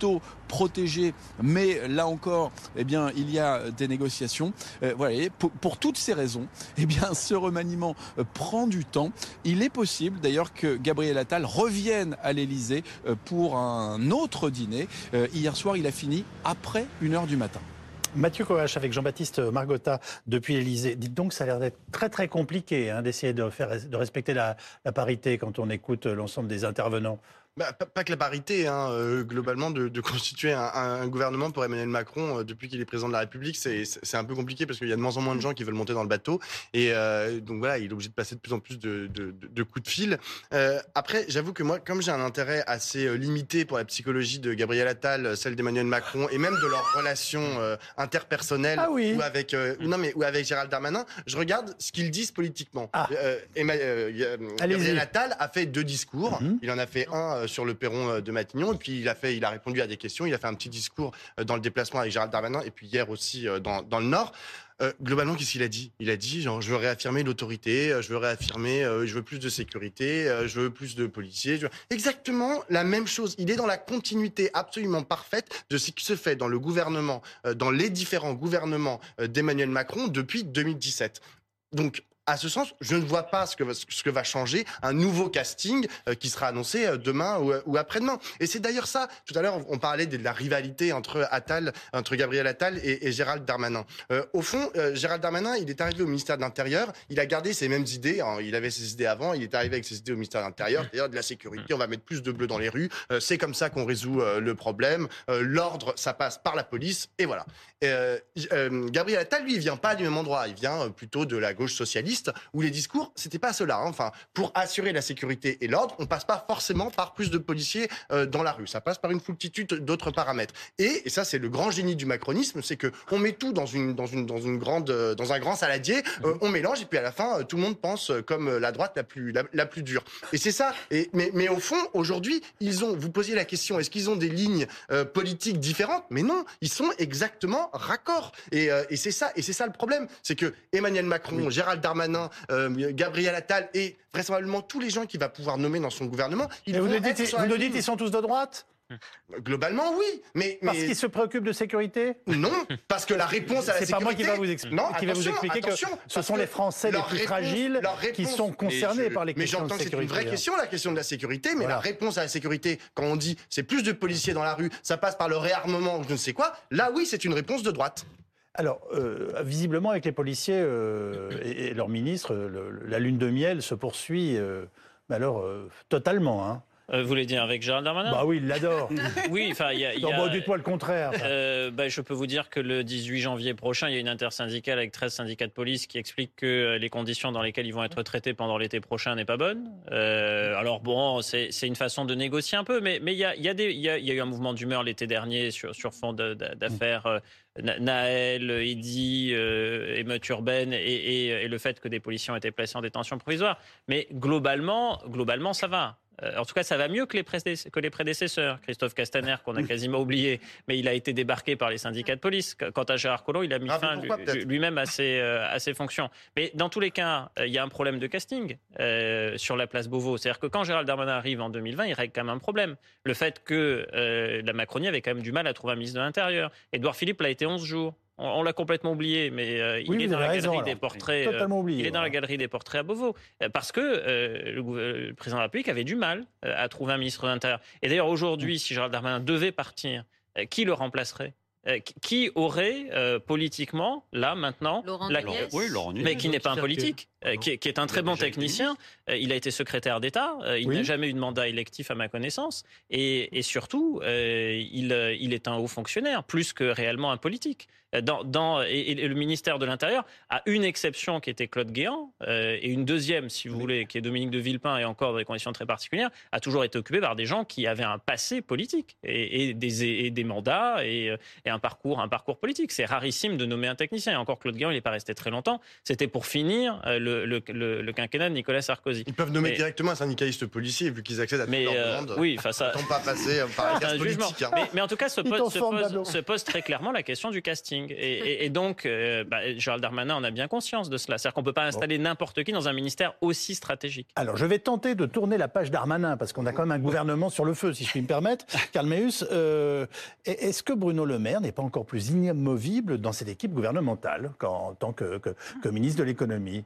protégé, mais là encore, eh bien, il y a des négociations. Euh, voilà, et pour, pour toutes ces raisons, eh bien, ce remaniement euh, prend du temps. Il est possible d'ailleurs que Gabriel Attal revienne à l'Élysée euh, pour un autre dîner. Euh, hier soir, il a fini après une heure du matin. Mathieu Coache avec Jean-Baptiste Margotta depuis l'Élysée. Dites donc, ça a l'air d'être très très compliqué hein, d'essayer de, faire, de respecter la, la parité quand on écoute l'ensemble des intervenants. Bah, pas, pas que la parité, hein, euh, globalement, de, de constituer un, un gouvernement pour Emmanuel Macron euh, depuis qu'il est président de la République, c'est, c'est un peu compliqué parce qu'il y a de moins en moins de gens qui veulent monter dans le bateau. Et euh, donc voilà, il est obligé de passer de plus en plus de, de, de, de coups de fil. Euh, après, j'avoue que moi, comme j'ai un intérêt assez euh, limité pour la psychologie de Gabriel Attal, celle d'Emmanuel Macron et même de leurs relations euh, interpersonnelles ah oui. ou, avec, euh, non, mais, ou avec Gérald Darmanin, je regarde ce qu'ils disent politiquement. Ah. Euh, Emma, euh, Gabriel Attal a fait deux discours. Mm-hmm. Il en a fait un euh, sur le perron de Matignon, et puis il a fait, il a répondu à des questions, il a fait un petit discours dans le déplacement avec Gérald Darmanin, et puis hier aussi dans, dans le Nord. Euh, globalement, qu'est-ce qu'il a dit ? Il a dit, genre, je veux réaffirmer l'autorité, je veux réaffirmer, euh, je veux plus de sécurité, euh, je veux plus de policiers. Je veux... Exactement la même chose. Il est dans la continuité absolument parfaite de ce qui se fait dans le gouvernement, euh, dans les différents gouvernements euh, d'Emmanuel Macron depuis deux mille dix-sept. Donc, à ce sens, je ne vois pas ce que, ce que va changer un nouveau casting euh, qui sera annoncé euh, demain ou, ou après-demain. Et c'est d'ailleurs ça. Tout à l'heure, on parlait de la rivalité entre Attal, entre Gabriel Attal et, et Gérald Darmanin. Euh, au fond, euh, Gérald Darmanin, il est arrivé au ministère de l'Intérieur. Il a gardé ses mêmes idées. Hein, il avait ses idées avant. Il est arrivé avec ses idées au ministère de l'Intérieur, c'est-à-dire de la sécurité. On va mettre plus de bleus dans les rues. Euh, c'est comme ça qu'on résout euh, le problème. Euh, l'ordre, ça passe par la police. Et voilà. Euh, euh, Gabriel Attal, lui, il vient pas du même endroit. Il vient euh, plutôt de la gauche socialiste, où les discours, c'était pas cela. Hein. Enfin, pour assurer la sécurité et l'ordre, on passe pas forcément par plus de policiers euh, dans la rue. Ça passe par une foultitude d'autres paramètres. Et, et ça, c'est le grand génie du macronisme, c'est que on met tout dans une dans une dans une grande euh, dans un grand saladier, euh, on mélange et puis à la fin, euh, tout le monde pense euh, comme la droite la plus la, la plus dure. Et c'est ça. Et mais mais au fond, aujourd'hui, ils ont. Vous posiez la question, est-ce qu'ils ont des lignes euh, politiques différentes ? Mais non, ils sont exactement raccords. Et, euh, et c'est ça. Et c'est ça le problème, c'est que Emmanuel Macron, oui. Gérald Darmanin, Euh, Gabriel Attal et vraisemblablement tous les gens qu'il va pouvoir nommer dans son gouvernement. Ils vous nous dites, vous nous dites ils sont tous de droite ? Globalement, oui. Mais, mais... Parce qu'ils se préoccupent de sécurité ? Non, parce que la réponse à la sécurité... C'est pas moi qui va vous, expli... non, qui va vous expliquer que ce sont les Français les plus réponse, fragiles réponse... qui sont concernés je... par les mais questions de sécurité. Mais j'entends que c'est une vraie question, la question de la sécurité, mais voilà. La réponse à la sécurité, quand on dit c'est plus de policiers dans la rue, ça passe par le réarmement ou je ne sais quoi, là oui, c'est une réponse de droite. Alors, euh, visiblement, avec les policiers euh, et, et leurs ministres, le, la lune de miel se poursuit, euh, mais alors, euh, totalement, hein. Euh, vous voulez dire avec Gérald Darmanin ? Bah oui, il l'adore. Oui, enfin, il y a... Y a bon, dites-moi le contraire. Euh, bah, je peux vous dire que le dix-huit janvier prochain, il y a une intersyndicale avec treize syndicats de police qui explique que les conditions dans lesquelles ils vont être traités pendant l'été prochain n'est pas bonne. Euh, alors bon, c'est, c'est une façon de négocier un peu, mais mais il y a il y a des il y a, y a eu un mouvement d'humeur l'été dernier sur sur fond de, de, d'affaires euh, Naël, Eddy, euh, émeute urbaine et, et, et le fait que des policiers ont été placés en détention provisoire. Mais globalement, globalement, ça va. En tout cas, ça va mieux que les, prédécesseurs, que les prédécesseurs. Christophe Castaner, qu'on a quasiment oublié, mais il a été débarqué par les syndicats de police. Quant à Gérard Collomb, il a mis ah, fin pourquoi, lui, lui-même à ses, euh, à ses fonctions. Mais dans tous les cas, il y a un problème de casting euh, sur la place Beauvau. C'est-à-dire que quand Gérald Darmanin arrive en deux mille vingt, il règle quand même un problème. Le fait que euh, la Macronie avait quand même du mal à trouver un ministre de l'Intérieur. Édouard Philippe l'a été onze jours. On l'a complètement oublié, mais euh, oui, il est dans la raison, galerie alors. des portraits. Euh, oublié, il est dans voilà. la galerie des portraits à Beauvau, parce que euh, le, le président de la République avait du mal euh, à trouver un ministre de l'Intérieur. Et d'ailleurs aujourd'hui, mmh. si Gérald Darmanin devait partir, euh, qui le remplacerait ? Euh, qui aurait euh, politiquement, là, maintenant, Laurent la... Nunez. Oui, Laurent Nunez. mais qui n'est pas un politique, euh, qui, est, qui est un très bon technicien. Euh, il a été secrétaire d'État. Euh, il oui. n'a jamais eu de mandat électif à ma connaissance. Et, et surtout, euh, il, il est un haut fonctionnaire, plus que réellement un politique. Dans, dans, et, et le ministère de l'Intérieur a une exception qui était Claude Guéant, euh, et une deuxième, si vous oui. voulez, qui est Dominique de Villepin, et encore dans des conditions très particulières, a toujours été occupé par des gens qui avaient un passé politique, et, et, des, et des mandats, et, et un un parcours, un parcours politique. C'est rarissime de nommer un technicien. Et encore Claude Guéant, il n'est pas resté très longtemps. C'était pour finir euh, le, le, le, le quinquennat de Nicolas Sarkozy. Ils peuvent nommer mais, directement un syndicaliste policier vu qu'ils accèdent à toutes mais, leurs euh, demandes. Oui, enfin ça. Ils ne pas passer par la case politique. Hein. Mais, mais en tout cas, se pose, se, pose, se pose très clairement la question du casting. Et, et, et donc, euh, bah, Gérald Darmanin en a bien conscience de cela. C'est-à-dire qu'on ne peut pas installer bon. n'importe qui dans un ministère aussi stratégique. Alors, je vais tenter de tourner la page Darmanin, parce qu'on a quand même un gouvernement sur le feu, si je puis me permettre. Karl Meeus, euh, est-ce que Bruno Le Maire n'est pas encore plus inamovible dans cette équipe gouvernementale qu'en tant que, que, que ministre de l'économie?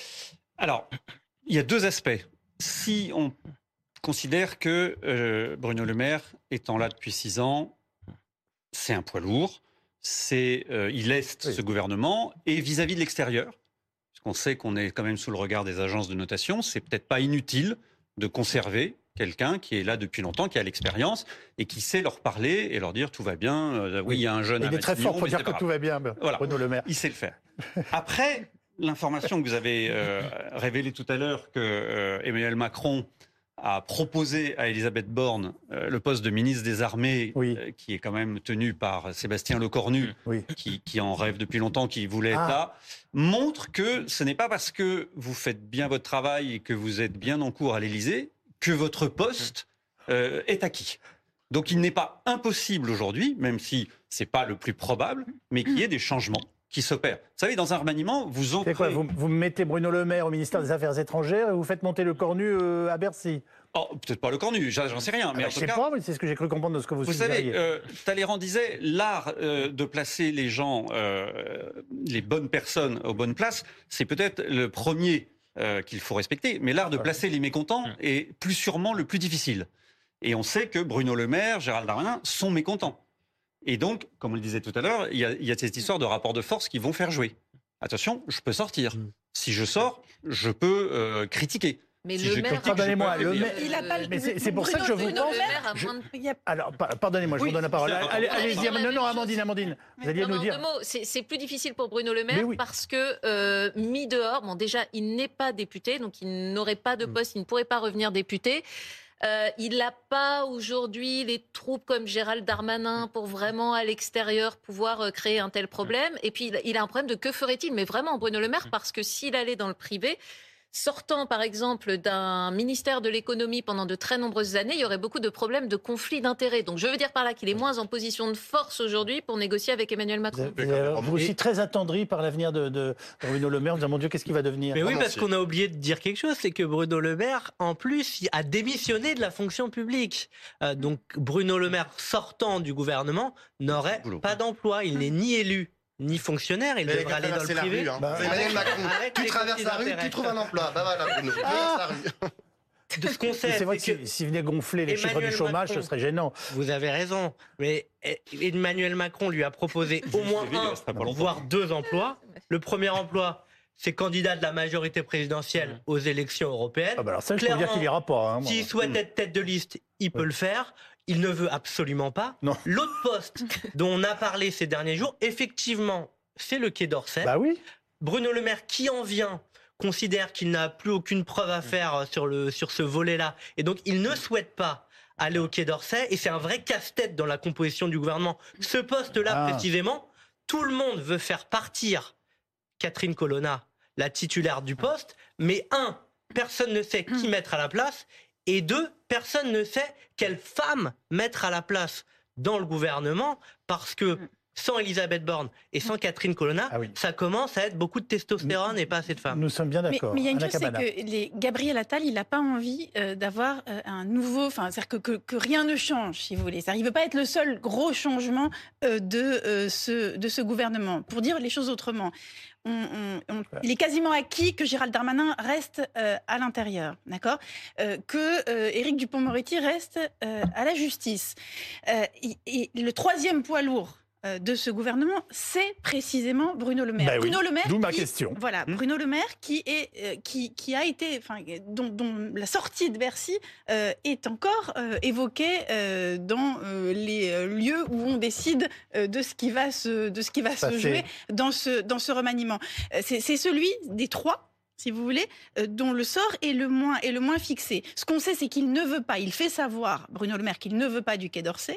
Alors, il y a deux aspects. Si on considère que euh, Bruno Le Maire, étant là depuis six ans, c'est un poids lourd, c'est, euh, il est oui. ce gouvernement, et vis-à-vis de l'extérieur, parce qu'on sait qu'on est quand même sous le regard des agences de notation, c'est peut-être pas inutile de conserver quelqu'un qui est là depuis longtemps, qui a l'expérience et qui sait leur parler et leur dire tout va bien. Euh, oui, il y a un jeune. Il est très fort pour dire que tout va bien, voilà. Bruno Le Maire. Il sait le faire. Après, l'information que vous avez euh, révélée tout à l'heure que euh, Emmanuel Macron a proposé à Elisabeth Borne euh, le poste de ministre des Armées, oui. euh, qui est quand même tenu par Sébastien Lecornu, oui. qui, qui en rêve depuis longtemps, qui voulait être ah. là, montre que ce n'est pas parce que vous faites bien votre travail et que vous êtes bien en cours à l'Élysée que votre poste euh, est acquis. Donc il n'est pas impossible aujourd'hui, même si ce n'est pas le plus probable, mais qu'il y ait des changements qui s'opèrent. Vous savez, dans un remaniement, vous entrez... C'est quoi, vous, vous mettez Bruno Le Maire au ministère des Affaires étrangères et vous faites monter le Cornu euh, à Bercy? Oh, peut-être pas le Cornu, j'en sais rien. Mais ah, en je tout sais cas, pas, mais c'est ce que j'ai cru comprendre de ce que vous Vous savez, euh, Talleyrand disait, l'art euh, de placer les gens, euh, les bonnes personnes aux bonnes places, c'est peut-être le premier euh, qu'il faut respecter. Mais l'art de placer les mécontents est plus sûrement le plus difficile. Et on sait que Bruno Le Maire, Gérald Darmanin sont mécontents. Et donc, comme on le disait tout à l'heure, il y a, il y a cette histoire de rapports de force qui vont faire jouer. Attention, je peux sortir. Si je sors, je peux euh, critiquer. Mais si le maire, pardonnez-moi, le maire, il a pas le. Mais c'est, c'est pour Bruno, ça que je vous pense. Je... Alors, pardonnez-moi, je oui, vous donne la parole. Allez, allez-y, non, non, Amandine, Amandine, vous alliez non, nous dire. Mots, c'est, c'est plus difficile pour Bruno Le Maire oui. parce que euh, mis dehors, bon, déjà, il n'est pas député, donc il n'aurait pas de poste, il ne pourrait pas revenir député. Euh, il n'a pas aujourd'hui les troupes comme Gérald Darmanin pour vraiment à l'extérieur pouvoir euh, créer un tel problème. Et puis il, il a un problème de que ferait-il, mais vraiment Bruno Le Maire, parce que s'il allait dans le privé, sortant par exemple d'un ministère de l'économie pendant de très nombreuses années, il y aurait beaucoup de problèmes de conflits d'intérêts. Donc je veux dire par là qu'il est moins en position de force aujourd'hui pour négocier avec Emmanuel Macron. Vous, vous, vous aussi très attendri par l'avenir de, de Bruno Le Maire, en disant mon Dieu, qu'est-ce qu'il va devenir? Mais oui, parce qu'on a oublié de dire quelque chose, c'est que Bruno Le Maire, en plus, a démissionné de la fonction publique. Euh, donc Bruno Le Maire, sortant du gouvernement, n'aurait pas d'emploi. Il n'est ni élu ni fonctionnaire, il mais devrait aller dans le privé. Rue, hein. bah, Emmanuel Macron, tu traverses la rue, tu trouves un emploi. Bah voilà, Bruno, tu traverses la rue. De ce qu'on sait, c'est vrai que, que s'il venait gonfler les Emmanuel chiffres du chômage, Macron, ce serait gênant. Vous avez raison, mais Emmanuel Macron lui a proposé au moins un, voire deux emplois. Le premier emploi, c'est candidat de la majorité présidentielle aux élections européennes. Ah bah alors ça, je peux dire qu'il ira pas. Hein, s'il souhaite être tête de liste, il peut ouais. le faire. Il ne veut absolument pas. Non. L'autre poste dont on a parlé ces derniers jours, effectivement, c'est le Quai d'Orsay. Bah oui. Bruno Le Maire, qui en vient, considère qu'il n'a plus aucune preuve à faire sur, le, sur ce volet-là. Et donc, il ne souhaite pas aller au Quai d'Orsay. Et c'est un vrai casse-tête dans la composition du gouvernement. Ce poste-là, ah. précisément, tout le monde veut faire partir Catherine Colonna, la titulaire du poste. Mais un, personne ne sait qui mettre à la place. Et deux, personne ne sait quelle femme mettre à la place dans le gouvernement, parce que sans Elisabeth Borne et sans Catherine Colonna, ah oui. ça commence à être beaucoup de testostérone et pas assez de femmes. Nous sommes bien d'accord. Mais il y a une chose, c'est que les, Gabriel Attal, il n'a pas envie euh, d'avoir euh, un nouveau... Enfin, c'est-à-dire que, que, que rien ne change, si vous voulez. Il ne veut pas être le seul gros changement euh, de, euh, ce, de ce gouvernement. Pour dire les choses autrement, on, on, on, il est quasiment acquis que Gérald Darmanin reste euh, à l'intérieur, d'accord, euh, que euh, Éric Dupond-Moretti reste euh, à la justice. Euh, et, et le troisième poids lourd de ce gouvernement, c'est précisément Bruno Le Maire. Ben Bruno oui, Le Maire, d'où ma qui, question. Voilà, mmh. Bruno Le Maire qui est, euh, qui, qui a été, enfin, dont, dont la sortie de Bercy euh, est encore euh, évoquée euh, dans euh, les lieux où on décide euh, de ce qui va se, de ce qui va Ça se jouer dans ce, dans ce remaniement. C'est, c'est celui des trois, si vous voulez, euh, dont le sort est le moins, est le moins fixé. Ce qu'on sait, c'est qu'il ne veut pas, il fait savoir, Bruno Le Maire, qu'il ne veut pas du Quai d'Orsay.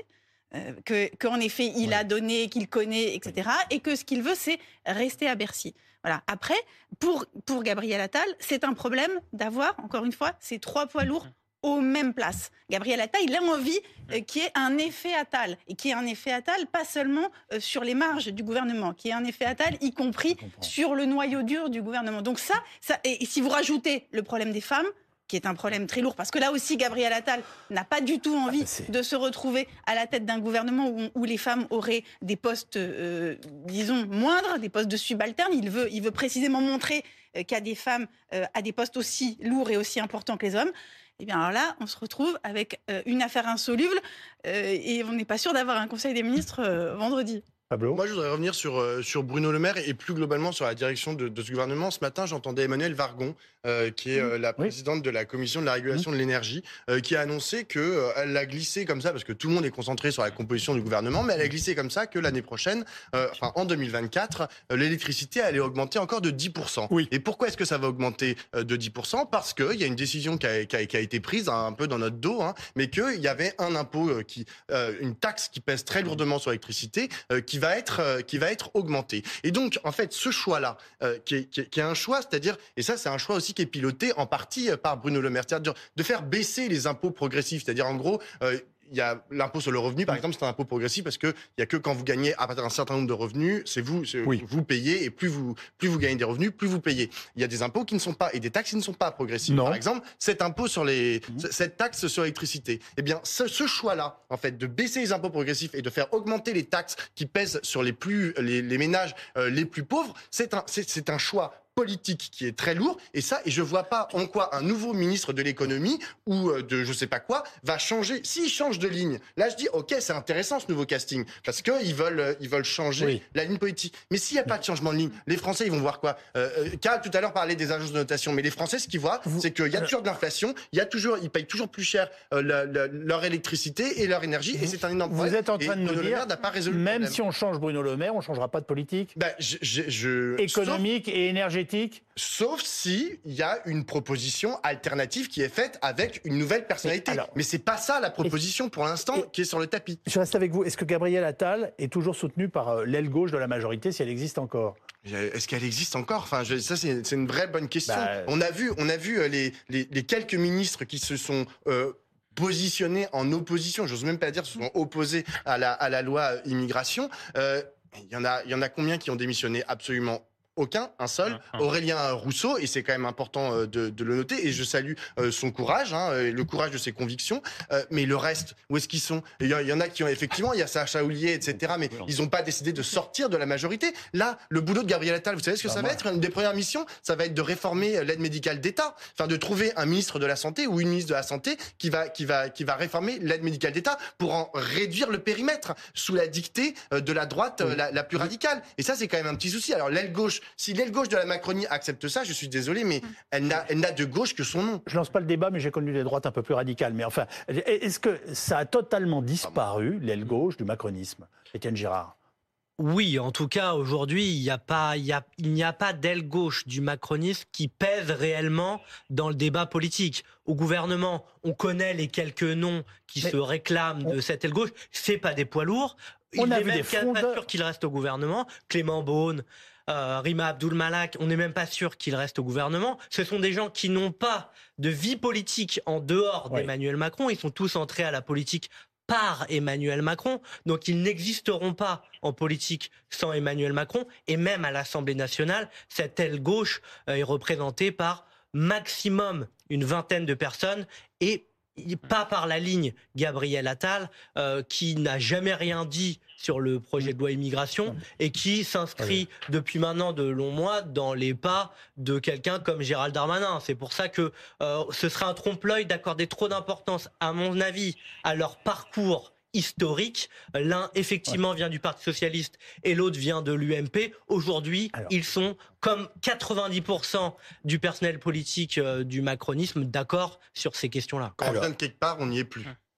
euh, que, qu'en effet, il ouais. a donné, qu'il connaît, et cetera. Et que ce qu'il veut, c'est rester à Bercy. Voilà. Après, pour, pour Gabriel Attal, c'est un problème d'avoir, encore une fois, ces trois poids lourds aux mêmes places. Gabriel Attal, il a envie euh, qu'il y ait un effet Attal, et qu'il y ait un effet Attal pas seulement euh, sur les marges du gouvernement, qu'il y ait un effet Attal y compris sur le noyau dur du gouvernement. Donc ça, ça et, et si vous rajoutez le problème des femmes, qui est un problème très lourd, parce que là aussi, Gabriel Attal n'a pas du tout envie ah, de se retrouver à la tête d'un gouvernement où, où les femmes auraient des postes, euh, disons, moindres, des postes de subalternes. Il veut, il veut précisément montrer euh, qu'il y a des femmes euh, à des postes aussi lourds et aussi importants que les hommes. Eh bien alors là, on se retrouve avec euh, une affaire insoluble euh, et on n'est pas sûr d'avoir un Conseil des ministres euh, vendredi. Pablo. Moi, je voudrais revenir sur, euh, sur Bruno Le Maire et plus globalement sur la direction de, de ce gouvernement. Ce matin, j'entendais Emmanuelle Vargon, euh, qui est euh, la présidente oui. de la Commission de la régulation mmh. de l'énergie, euh, qui a annoncé qu'elle euh, a glissé comme ça, parce que tout le monde est concentré sur la composition du gouvernement, mais elle a glissé comme ça que l'année prochaine, euh, enfin en deux mille vingt-quatre, euh, l'électricité allait augmenter encore de dix pour cent. Oui. Et pourquoi est-ce que ça va augmenter euh, de dix pour cent ? Parce qu'il y a une décision qui a, qui a, qui a été prise un peu dans notre dos, hein, mais qu'il y avait un impôt, euh, qui, euh, une taxe qui pèse très lourdement sur l'électricité, euh, qui va être... Euh, qui va être augmenté. Et donc, en fait, ce choix-là, euh, qui, est, qui, est, qui est un choix, c'est-à-dire, et ça, c'est un choix aussi qui est piloté en partie par Bruno Le Maire, c'est-à-dire de faire baisser les impôts progressifs, c'est-à-dire, en gros, euh, il y a l'impôt sur le revenu, par exemple, c'est un impôt progressif parce que il y a que quand vous gagnez à partir d'un certain nombre de revenus, c'est vous, c'est oui. vous payez, et plus vous, plus vous gagnez des revenus, plus vous payez. Il y a des impôts qui ne sont pas, et des taxes qui ne sont pas progressives. Non. Par exemple, cet impôt sur les, mmh. cette taxe sur l'électricité. Eh bien, ce, ce choix-là, en fait, de baisser les impôts progressifs et de faire augmenter les taxes qui pèsent sur les plus, les, les ménages euh, les plus pauvres, c'est un, c'est, c'est un choix politique qui est très lourd, et ça, et je vois pas en quoi un nouveau ministre de l'économie ou de je sais pas quoi va changer. S'il change de ligne, là je dis ok, c'est intéressant ce nouveau casting parce que ils veulent ils veulent changer oui. la ligne politique. Mais s'il y a pas de changement de ligne, les Français ils vont voir quoi. euh, Karl tout à l'heure parlait des agences de notation, mais les Français ce qu'ils voient, Vous... c'est qu'il y a toujours de l'inflation, il y a toujours ils payent toujours plus cher euh, la, la, leur électricité et leur énergie, Vous... et c'est un énorme problème. Vous êtes en train de nous Bruno dire, Le Maire n'a pas résolu même si on change Bruno Le Maire, on changera pas de politique. Ben, je, je, je... économique Sauf... et énergétique. Sauf si il y a une proposition alternative qui est faite avec une nouvelle personnalité. Alors, mais c'est pas ça la proposition et, pour l'instant et, qui est sur le tapis. Je reste avec vous. Est-ce que Gabriel Attal est toujours soutenu par l'aile gauche de la majorité, si elle existe encore ? Est-ce qu'elle existe encore ? Enfin, je, ça c'est, c'est une vraie bonne question. Bah, on a vu, on a vu les, les, les quelques ministres qui se sont euh, positionnés en opposition. J'ose même pas dire se sont opposés à la, à la loi immigration. Euh, il y en a, il y en a combien qui ont démissionné ? Absolument aucun, un seul, Aurélien Rousseau, et c'est quand même important de, de le noter, et je salue euh, son courage, hein, le courage de ses convictions, euh, mais le reste, où est-ce qu'ils sont ? Il y, y en a qui ont, effectivement, il y a Sacha Houlier, et cetera, mais ils n'ont pas décidé de sortir de la majorité. Là, le boulot de Gabriel Attal, vous savez ce que ça va être ? Une des premières missions, ça va être de réformer l'aide médicale d'État, enfin de trouver un ministre de la Santé ou une ministre de la Santé qui va, qui va, qui va réformer l'aide médicale d'État pour en réduire le périmètre sous la dictée de la droite oui. la, la plus radicale. Et ça, c'est quand même un petit souci. Alors, l'aile gauche, si l'aile gauche de la Macronie accepte ça, je suis désolé, mais elle n'a, elle n'a de gauche que son nom. Je lance pas le débat, mais j'ai connu les droites un peu plus radicales. Mais enfin, est-ce que ça a totalement disparu, l'aile gauche du macronisme ? Étienne Girard. Oui, en tout cas, aujourd'hui, il n'y a pas, il y a, il n'y a pas d'aile gauche du macronisme qui pèse réellement dans le débat politique. Au gouvernement, on connaît les quelques noms qui mais se réclament on... de cette aile gauche. C'est pas des poids lourds. On il a n'est vu même des frondeurs... pas sûr qu'il reste au gouvernement. Clément Beaune, euh, Rima Abdul-Malak, on n'est même pas sûr qu'il reste au gouvernement. Ce sont des gens qui n'ont pas de vie politique en dehors oui. d'Emmanuel Macron. Ils sont tous entrés à la politique par Emmanuel Macron, donc ils n'existeront pas en politique sans Emmanuel Macron, et même à l'Assemblée nationale, cette aile gauche est représentée par maximum une vingtaine de personnes, et pas par la ligne Gabriel Attal, euh, qui n'a jamais rien dit sur le projet de loi immigration et qui s'inscrit depuis maintenant de longs mois dans les pas de quelqu'un comme Gérald Darmanin. C'est pour ça que euh, ce serait un trompe-l'œil d'accorder trop d'importance, à mon avis, à leur parcours historique. L'un, effectivement, vient du Parti Socialiste et l'autre vient de l'U M P. Aujourd'hui, Alors. ils sont, comme quatre-vingt-dix pour cent du personnel politique euh, du macronisme, d'accord sur ces questions-là. Quand on vient de quelque part, on n'y est plus.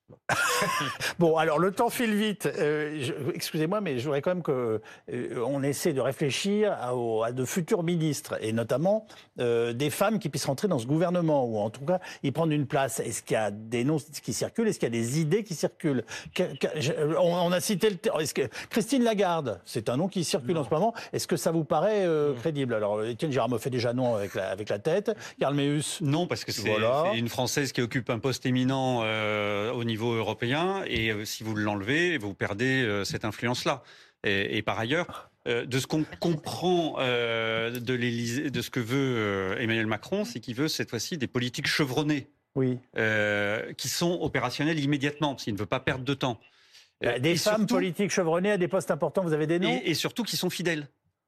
Bon, alors le temps file vite. Euh, je- excusez-moi, mais je voudrais quand même que euh, on essaie de réfléchir à, au- à de futurs ministres, et notamment euh, des femmes qui puissent rentrer dans ce gouvernement, ou en tout cas y prendre une place. Est-ce qu'il y a des noms qui circulent? Est-ce qu'il y a des idées qui circulent? Que- que- je- on, on a cité le. Est-ce que Christine Lagarde, c'est un nom qui circule en ce moment. Est-ce que ça vous paraît euh, crédible? Alors, Étienne Girard me fait déjà non avec la, avec la tête. Karl Meus. Non, parce que c'est Voilà. c'est une Française qui occupe un poste éminent euh, au niveau européen, et euh, si vous l'enlevez, vous perdez euh, cette influence-là. Et, et par ailleurs, euh, de ce qu'on comprend euh, de l'Élysée, de ce que veut euh, Emmanuel Macron, c'est qu'il veut cette fois-ci des politiques chevronnées, Oui. euh, qui sont opérationnelles immédiatement, parce qu'il ne veut pas perdre de temps. Euh, Des et femmes surtout- politiques chevronnées à des postes importants, vous avez des noms? et, et surtout qui sont fidèles.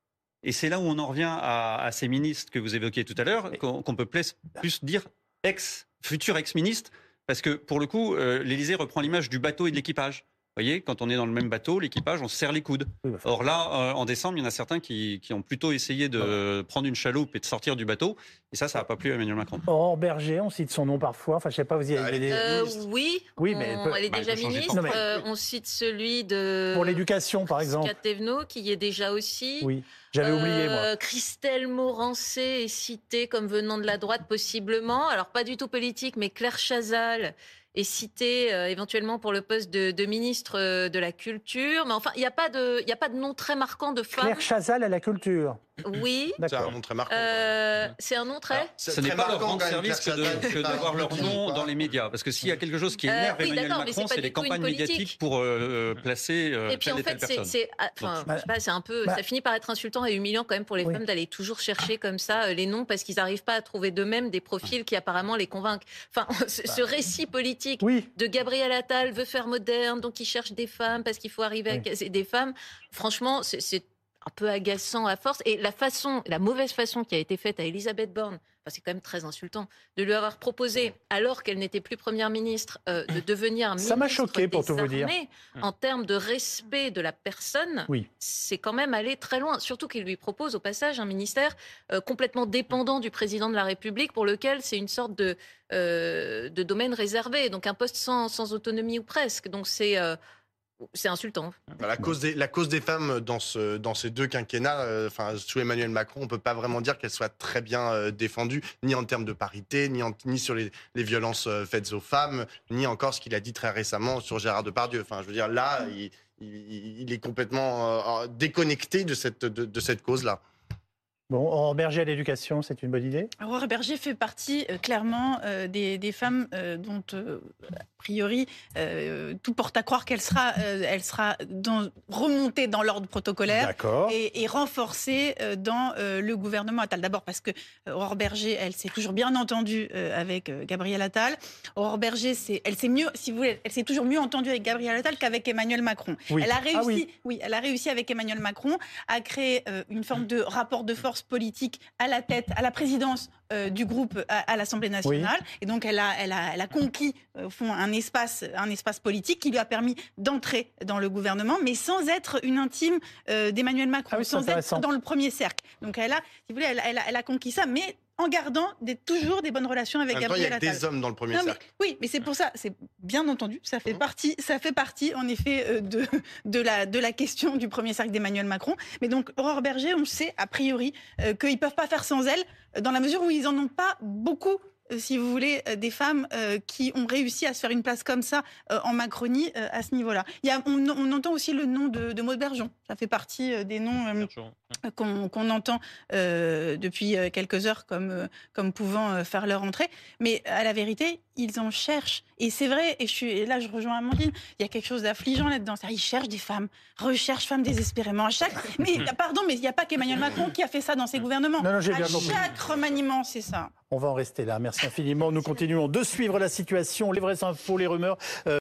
Et c'est là où on en revient à, à ces ministres que vous évoquiez tout à l'heure, qu'on qu'on peut plus, plus dire ex, futur ex-ministre, parce que pour le coup, euh, l'Élysée reprend l'image du bateau et de l'équipage. Vous voyez, quand on est dans le même bateau, l'équipage, on se serre les coudes. Oui, enfin. Or là, euh, en décembre, il y en a certains qui, qui ont plutôt essayé de prendre une chaloupe et de sortir du bateau, et ça, ça n'a pas plu à Emmanuel Macron. Aurore Berger, on cite son nom parfois. Enfin, je sais pas, vous y Ah, avez elle est- des... Euh, ministre. oui, Oui, mais elle on- peut- elle est bah, déjà elle peut changer de ministre. porte. Euh, on cite celui de Pour l'éducation, par exemple. Thévenot, qui y est déjà aussi. Oui, j'avais oublié, moi. Euh, Christelle Morancé est citée comme venant de la droite, possiblement. Alors, pas du tout politique, mais Claire Chazal est citée euh, éventuellement pour le poste de, de ministre euh, de la Culture. Mais enfin, il n'y a, pas de- il y a pas de nom très marquant de femme. Claire Chazal à la culture. Oui. C'est un D'accord. nom très marquant. Euh, c'est un nom très... Alors, c'est Ce n'est très pas leur marquant, rendre quand même, service que Claire de- Chazal, que c'est pas d'avoir leur un nom pas. dans les médias. Parce que s'il y a quelque chose qui Euh, énerve oui, Emmanuel d'accord, mais Macron, c'est pas c'est du les tout une campagnes politique. médiatiques pour euh, placer euh, Et puis telle en et telle fait, c'est, personne. c'est, ah, enfin, Donc, je sais pas, c'est un peu, bah- ça finit par être insultant et humiliant quand même pour les Oui. femmes d'aller toujours chercher comme ça euh, les noms parce qu'ils n'arrivent pas à trouver d'eux-mêmes des profils qui apparemment les convainquent. Enfin, ce, ce récit politique Oui. de Gabriel Attal veut faire moderne, donc il cherche des femmes parce qu'il faut arriver à Oui. casser des femmes. Franchement, c'est, c'est un peu agaçant à force. Et la façon, la mauvaise façon qui a été faite à Elisabeth Borne, enfin, c'est quand même très insultant, de lui avoir proposé, alors qu'elle n'était plus première ministre, euh, de devenir ministre Ça m'a choqué, pour des tout vous dire. Armées. En termes de respect de la personne, Oui. c'est quand même aller très loin. Surtout qu'il lui propose au passage un ministère euh, complètement dépendant du président de la République, pour lequel c'est une sorte de, euh, de domaine réservé, donc un poste sans, sans autonomie ou presque. Donc c'est euh, c'est insultant. Bah, La cause des, la cause des femmes dans, ce, dans ces deux quinquennats, euh, enfin, sous Emmanuel Macron, on ne peut pas vraiment dire qu'elle soit très bien euh, défendue, ni en termes de parité, ni, en- ni sur les, les violences euh, faites aux femmes, ni encore ce qu'il a dit très récemment sur Gérard Depardieu. Enfin, je veux dire, là, il, il- il est complètement euh, déconnecté de cette, de, de cette cause-là. Bon, Aurore Berger à l'éducation, c'est une bonne idée? Aurore Berger fait partie euh, clairement euh, des, des femmes euh, dont, euh, a priori, euh, tout porte à croire qu'elle sera, euh, elle sera dans- remontée dans l'ordre protocolaire D'accord. et, et renforcée euh, dans euh, le gouvernement Attal. D'abord parce que euh, Aurore Berger, elle s'est toujours bien entendue euh, avec euh, Gabriel Attal. Aurore Berger, c'est, elle s'est mieux, si vous voulez, elle s'est toujours mieux entendue avec Gabriel Attal qu'avec Emmanuel Macron. Oui. Elle a réussi, Ah oui. oui, elle a réussi avec Emmanuel Macron à créer euh, une forme de rapport de force politique à la tête, à la présidence euh, du groupe à, à l'Assemblée nationale. Et donc, elle a, elle a, elle a conquis euh, au fond, un espace, un espace politique qui lui a permis d'entrer dans le gouvernement, mais sans être une intime euh, d'Emmanuel Macron, Ah oui, c'est sans intéressant. être dans le premier cercle. Donc, elle a, si vous voulez, elle, a- elle a, elle a conquis ça, mais en gardant des, toujours des bonnes relations avec En même temps, il y Gabriel a que Attal. des hommes dans le premier Non, mais- cercle. oui, mais c'est pour ça, c'est bien entendu, ça fait Mhm. partie, ça fait partie en effet euh, de, de, la, de la question du premier cercle d'Emmanuel Macron. Mais donc, Aurore Berger, on sait a priori euh, qu'ils ne peuvent pas faire sans elle, euh, dans la mesure où ils n'en ont pas beaucoup. euh, Si vous voulez, euh, des femmes euh, qui ont réussi à se faire une place comme ça euh, en Macronie euh, à ce niveau-là. Il y a, on, on entend aussi le nom de, de Maud Bergeon. Ça fait partie euh, des noms euh, qu'on qu'on entend euh, depuis euh, quelques heures comme, euh, comme pouvant euh, faire leur entrée. Mais à la vérité, ils en cherchent. Et c'est vrai, et, je suis, et là je rejoins Amandine, il y a quelque chose d'affligeant là-dedans. C'est-à-dire, ils cherchent des femmes, recherchent femmes désespérément. À chaque... Mais pardon, mais il n'y a pas qu'Emmanuel Macron qui a fait ça dans ses gouvernements. Non, non, j'ai à bien compris. chaque remaniement, c'est ça. On va en rester là. Merci infiniment. Nous continuons de suivre la situation, les vraies infos, les rumeurs. Euh,